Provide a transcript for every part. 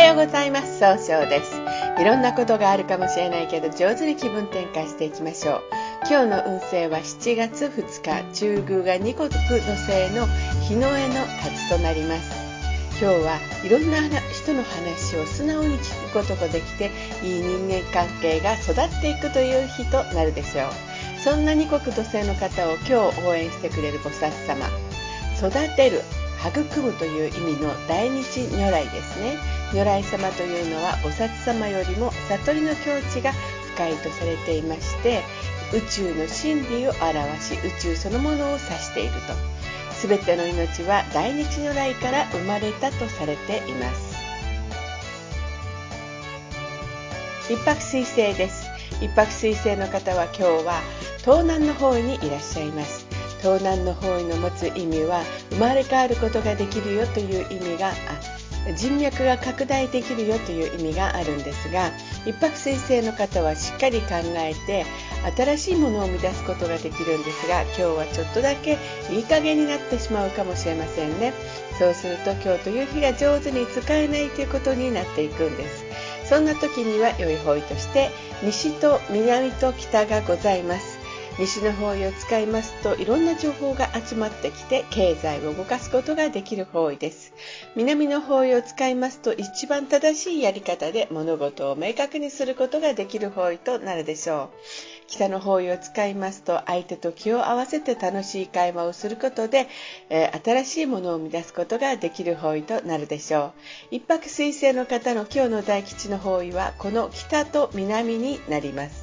ようございます。総称です。いろんなことがあるかもしれないけど、上手に気分転換していきましょう。今日の運勢は7月2日、中宮が二国土星の日の絵の辰となります。今日はいろんな人の話を素直に聞くことができて、いい人間関係が育っていくという日となるでしょう。そんな二国土星の方を今日応援してくれる菩薩様、育てる、育むという意味の大日如来ですね。如来様というのは菩薩様よりも悟りの境地が深いとされていまして、宇宙の真理を表し、宇宙そのものを指していると。すべての命は大日如来から生まれたとされています。一泊水星です。一泊水星の方は今日は東南の方位にいらっしゃいます。東南の方位の持つ意味は、生まれ変わることができるよという意味が、人脈が拡大できるよという意味があるんですが、一泊水星の方はしっかり考えて新しいものを生み出すことができるんですが、今日はちょっとだけいい加減になってしまうかもしれませんね。そうすると今日という日が上手に使えないということになっていくんです。そんな時には良い方位として西と南と北がございます。西の方位を使いますと、いろんな情報が集まってきて経済を動かすことができる方位です。南の方位を使いますと、一番正しいやり方で物事を明確にすることができる方位となるでしょう。北の方位を使いますと、相手と気を合わせて楽しい会話をすることで、新しいものを生み出すことができる方位となるでしょう。一泊水星の方の今日の大吉の方位はこの北と南になります。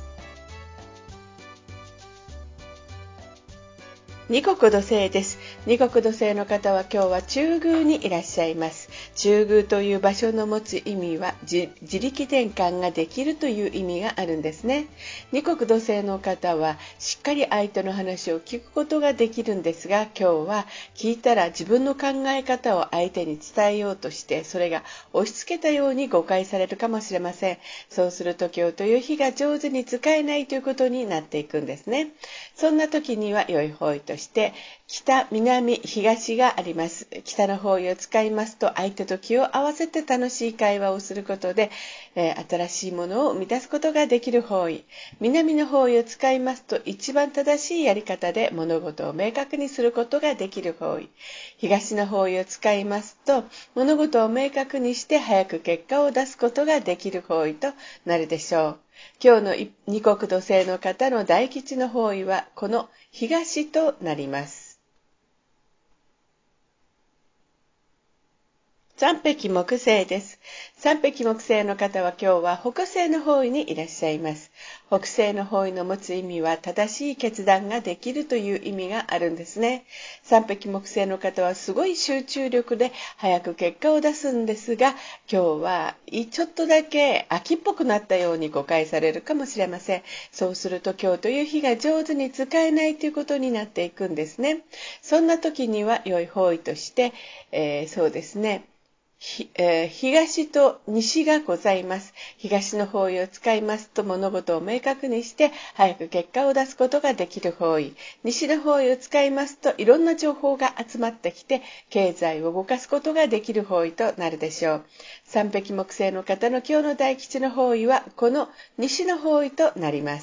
二国土星です。二国土星の方は今日は中宮にいらっしゃいます。中宮という場所の持つ意味は、自力転換ができるという意味があるんですね。二国土星の方はしっかり相手の話を聞くことができるんですが、今日は聞いたら自分の考え方を相手に伝えようとして、それが押し付けたように誤解されるかもしれません。そうすると今日という日が上手に使えないということになっていくんですね。そんな時には良い方位として北、南、東があります。北の方位を使いますと、相手と気を合わせて楽しい会話をすることで、新しいものを生み出すことができる方位。南の方位を使いますと、一番正しいやり方で物事を明確にすることができる方位。東の方位を使いますと、物事を明確にして早く結果を出すことができる方位となるでしょう。今日の二国土星の方の大吉の方位はこの東となります。三匹木星です。三匹木星の方は今日は北西の方位にいらっしゃいます。北西の方位の持つ意味は、正しい決断ができるという意味があるんですね。三匹木星の方はすごい集中力で早く結果を出すんですが、今日はちょっとだけ秋っぽくなったように誤解されるかもしれません。そうすると今日という日が上手に使えないということになっていくんですね。そんな時には良い方位として、そうですね、東と西がございます。東の方位を使いますと、物事を明確にして早く結果を出すことができる方位。西の方位を使いますと、いろんな情報が集まってきて経済を動かすことができる方位となるでしょう。三匹木星の方の今日の大吉の方位はこの西の方位となります。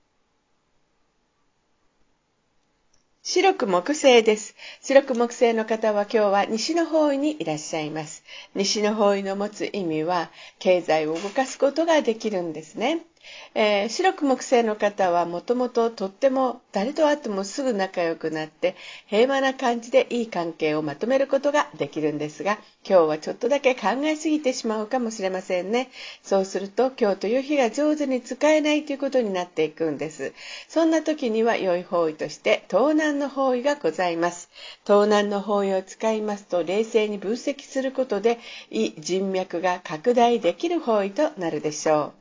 白く木星です。白く木星の方は今日は西の方位にいらっしゃいます。西の方位の持つ意味は、経済を動かすことができるんですね。白く木星の方はもともととっても誰と会ってもすぐ仲良くなって平和な感じでいい関係をまとめることができるんですが、今日はちょっとだけ考えすぎてしまうかもしれませんね。そうすると今日という日が上手に使えないということになっていくんです。そんな時には良い方位として東南の方位がございます。東南の方位を使いますと、冷静に分析することでいい人脈が拡大できる方位となるでしょう。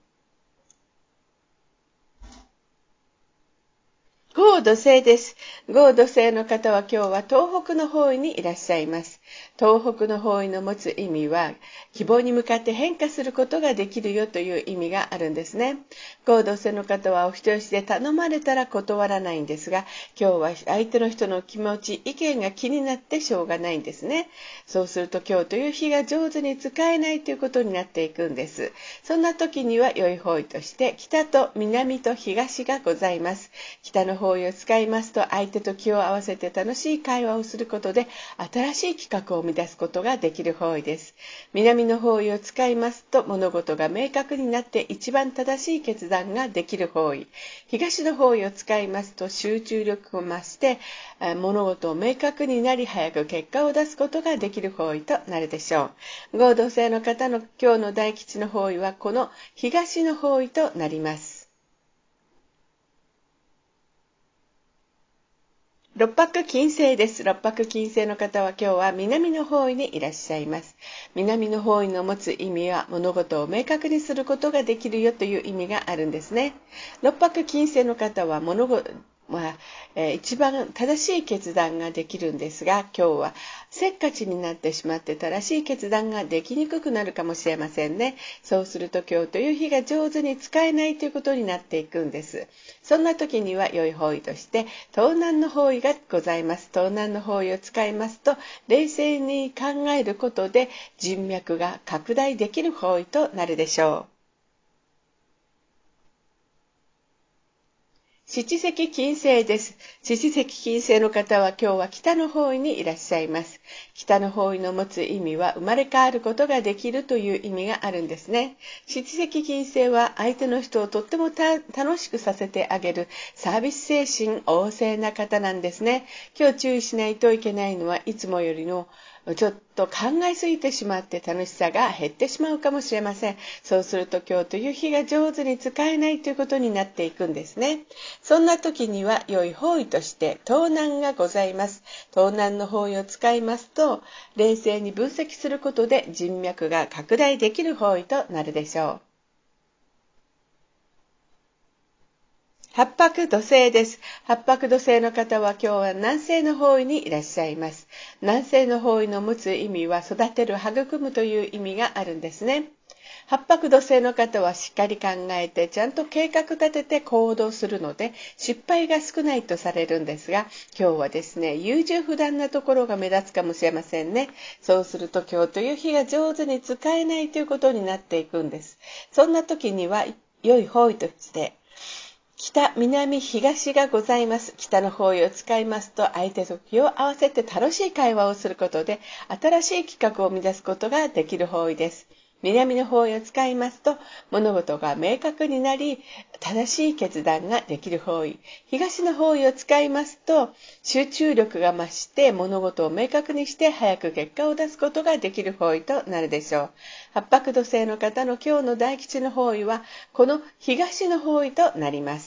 豪土星です。豪土星の方は今日は東北の方位にいらっしゃいます。 東北の方位の持つ意味は、希望に向かって変化することができるよという意味があるんですね。合同性の方はお人よしで頼まれたら断らないんですが、今日は相手の人の気持ち、意見が気になってしょうがないんですね。そうすると今日という日が上手に使えないということになっていくんです。そんな時には良い方位として北と南と東がございます。北の方位を使いますと、相手と気を合わせて楽しい会話をすることで新しい企画を生み出すことができる方位です。南の方位を使いますと、物事が明確になって一番正しい決断ができる方位。東の方位を使いますと、集中力を増して物事を明確になり、早く結果を出すことができる方位となるでしょう。合同性の方の今日の大吉の方位はこの東の方位となります。六白金星です。六白金星の方は今日は南の方位にいらっしゃいます。南の方位の持つ意味は、物事を明確にすることができるよという意味があるんですね。六白金星の方は物事一番正しい決断ができるんですが、今日はせっかちになってしまって正しい決断ができにくくなるかもしれませんね。そうすると今日という日が上手に使えないということになっていくんです。そんな時には良い方位として東南の方位がございます。東南の方位を使いますと、冷静に考えることで人脈が拡大できる方位となるでしょう。七石金星です。七石金星の方は今日は北の方位にいらっしゃいます。北の方位の持つ意味は、生まれ変わることができるという意味があるんですね。七石金星は相手の人をとっても楽しくさせてあげるサービス精神旺盛な方なんですね。今日注意しないといけないのは、いつもよりのちょっと考えすぎてしまって楽しさが減ってしまうかもしれません。そうすると今日という日が上手に使えないということになっていくんですね。そんな時には良い方位として東南がございます。東南の方位を使いますと、冷静に分析することで人脈が拡大できる方位となるでしょう。八白土星です。八白土星の方は今日は南西の方位にいらっしゃいます。南西の方位の持つ意味は、育てる、育むという意味があるんですね。八白土星の方はしっかり考えてちゃんと計画立てて行動するので、失敗が少ないとされるんですが、今日はですね、優柔不断なところが目立つかもしれませんね。そうすると今日という日が上手に使えないということになっていくんです。そんな時には良い方位として北、南、東がございます。北の方位を使いますと、相手と気を合わせて楽しい会話をすることで、新しい企画を生み出すことができる方位です。南の方位を使いますと、物事が明確になり、正しい決断ができる方位。東の方位を使いますと、集中力が増して、物事を明確にして、早く結果を出すことができる方位となるでしょう。八白土星の方の今日の大吉の方位は、この東の方位となります。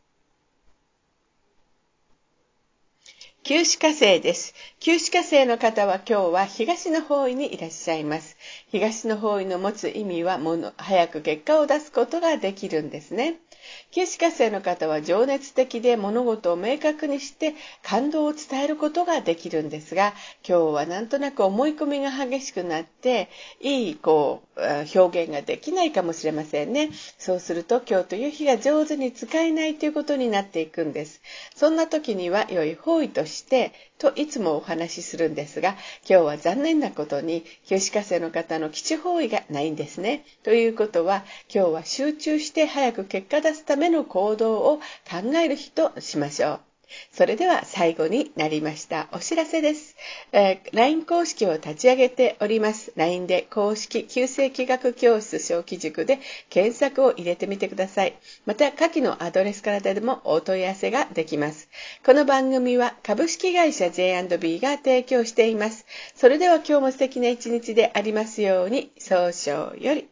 九死火星です。九死火星の方は今日は東の方位にいらっしゃいます。東の方位の持つ意味は、早く結果を出すことができるんですね。九死火星の方は情熱的で、物事を明確にして感動を伝えることができるんですが、今日はなんとなく思い込みが激しくなって、いい表現ができないかもしれませんね。そうすると今日という日が上手に使えないということになっていくんです。そんな時には良い方位としてといつもお話しするんですが、今日は残念なことに九死火星の方の基地方位がないんですね。ということは、今日は集中して早く結果出すための行動を考える日としましょう。それでは最後になりましたお知らせです。LINE 公式を立ち上げております。LINE で公式旧世紀学教室小規塾で検索を入れてみてください。また下記のアドレスからでもお問い合わせができます。この番組は株式会社 J&B が提供しています。それでは今日も素敵な一日でありますように。早々より。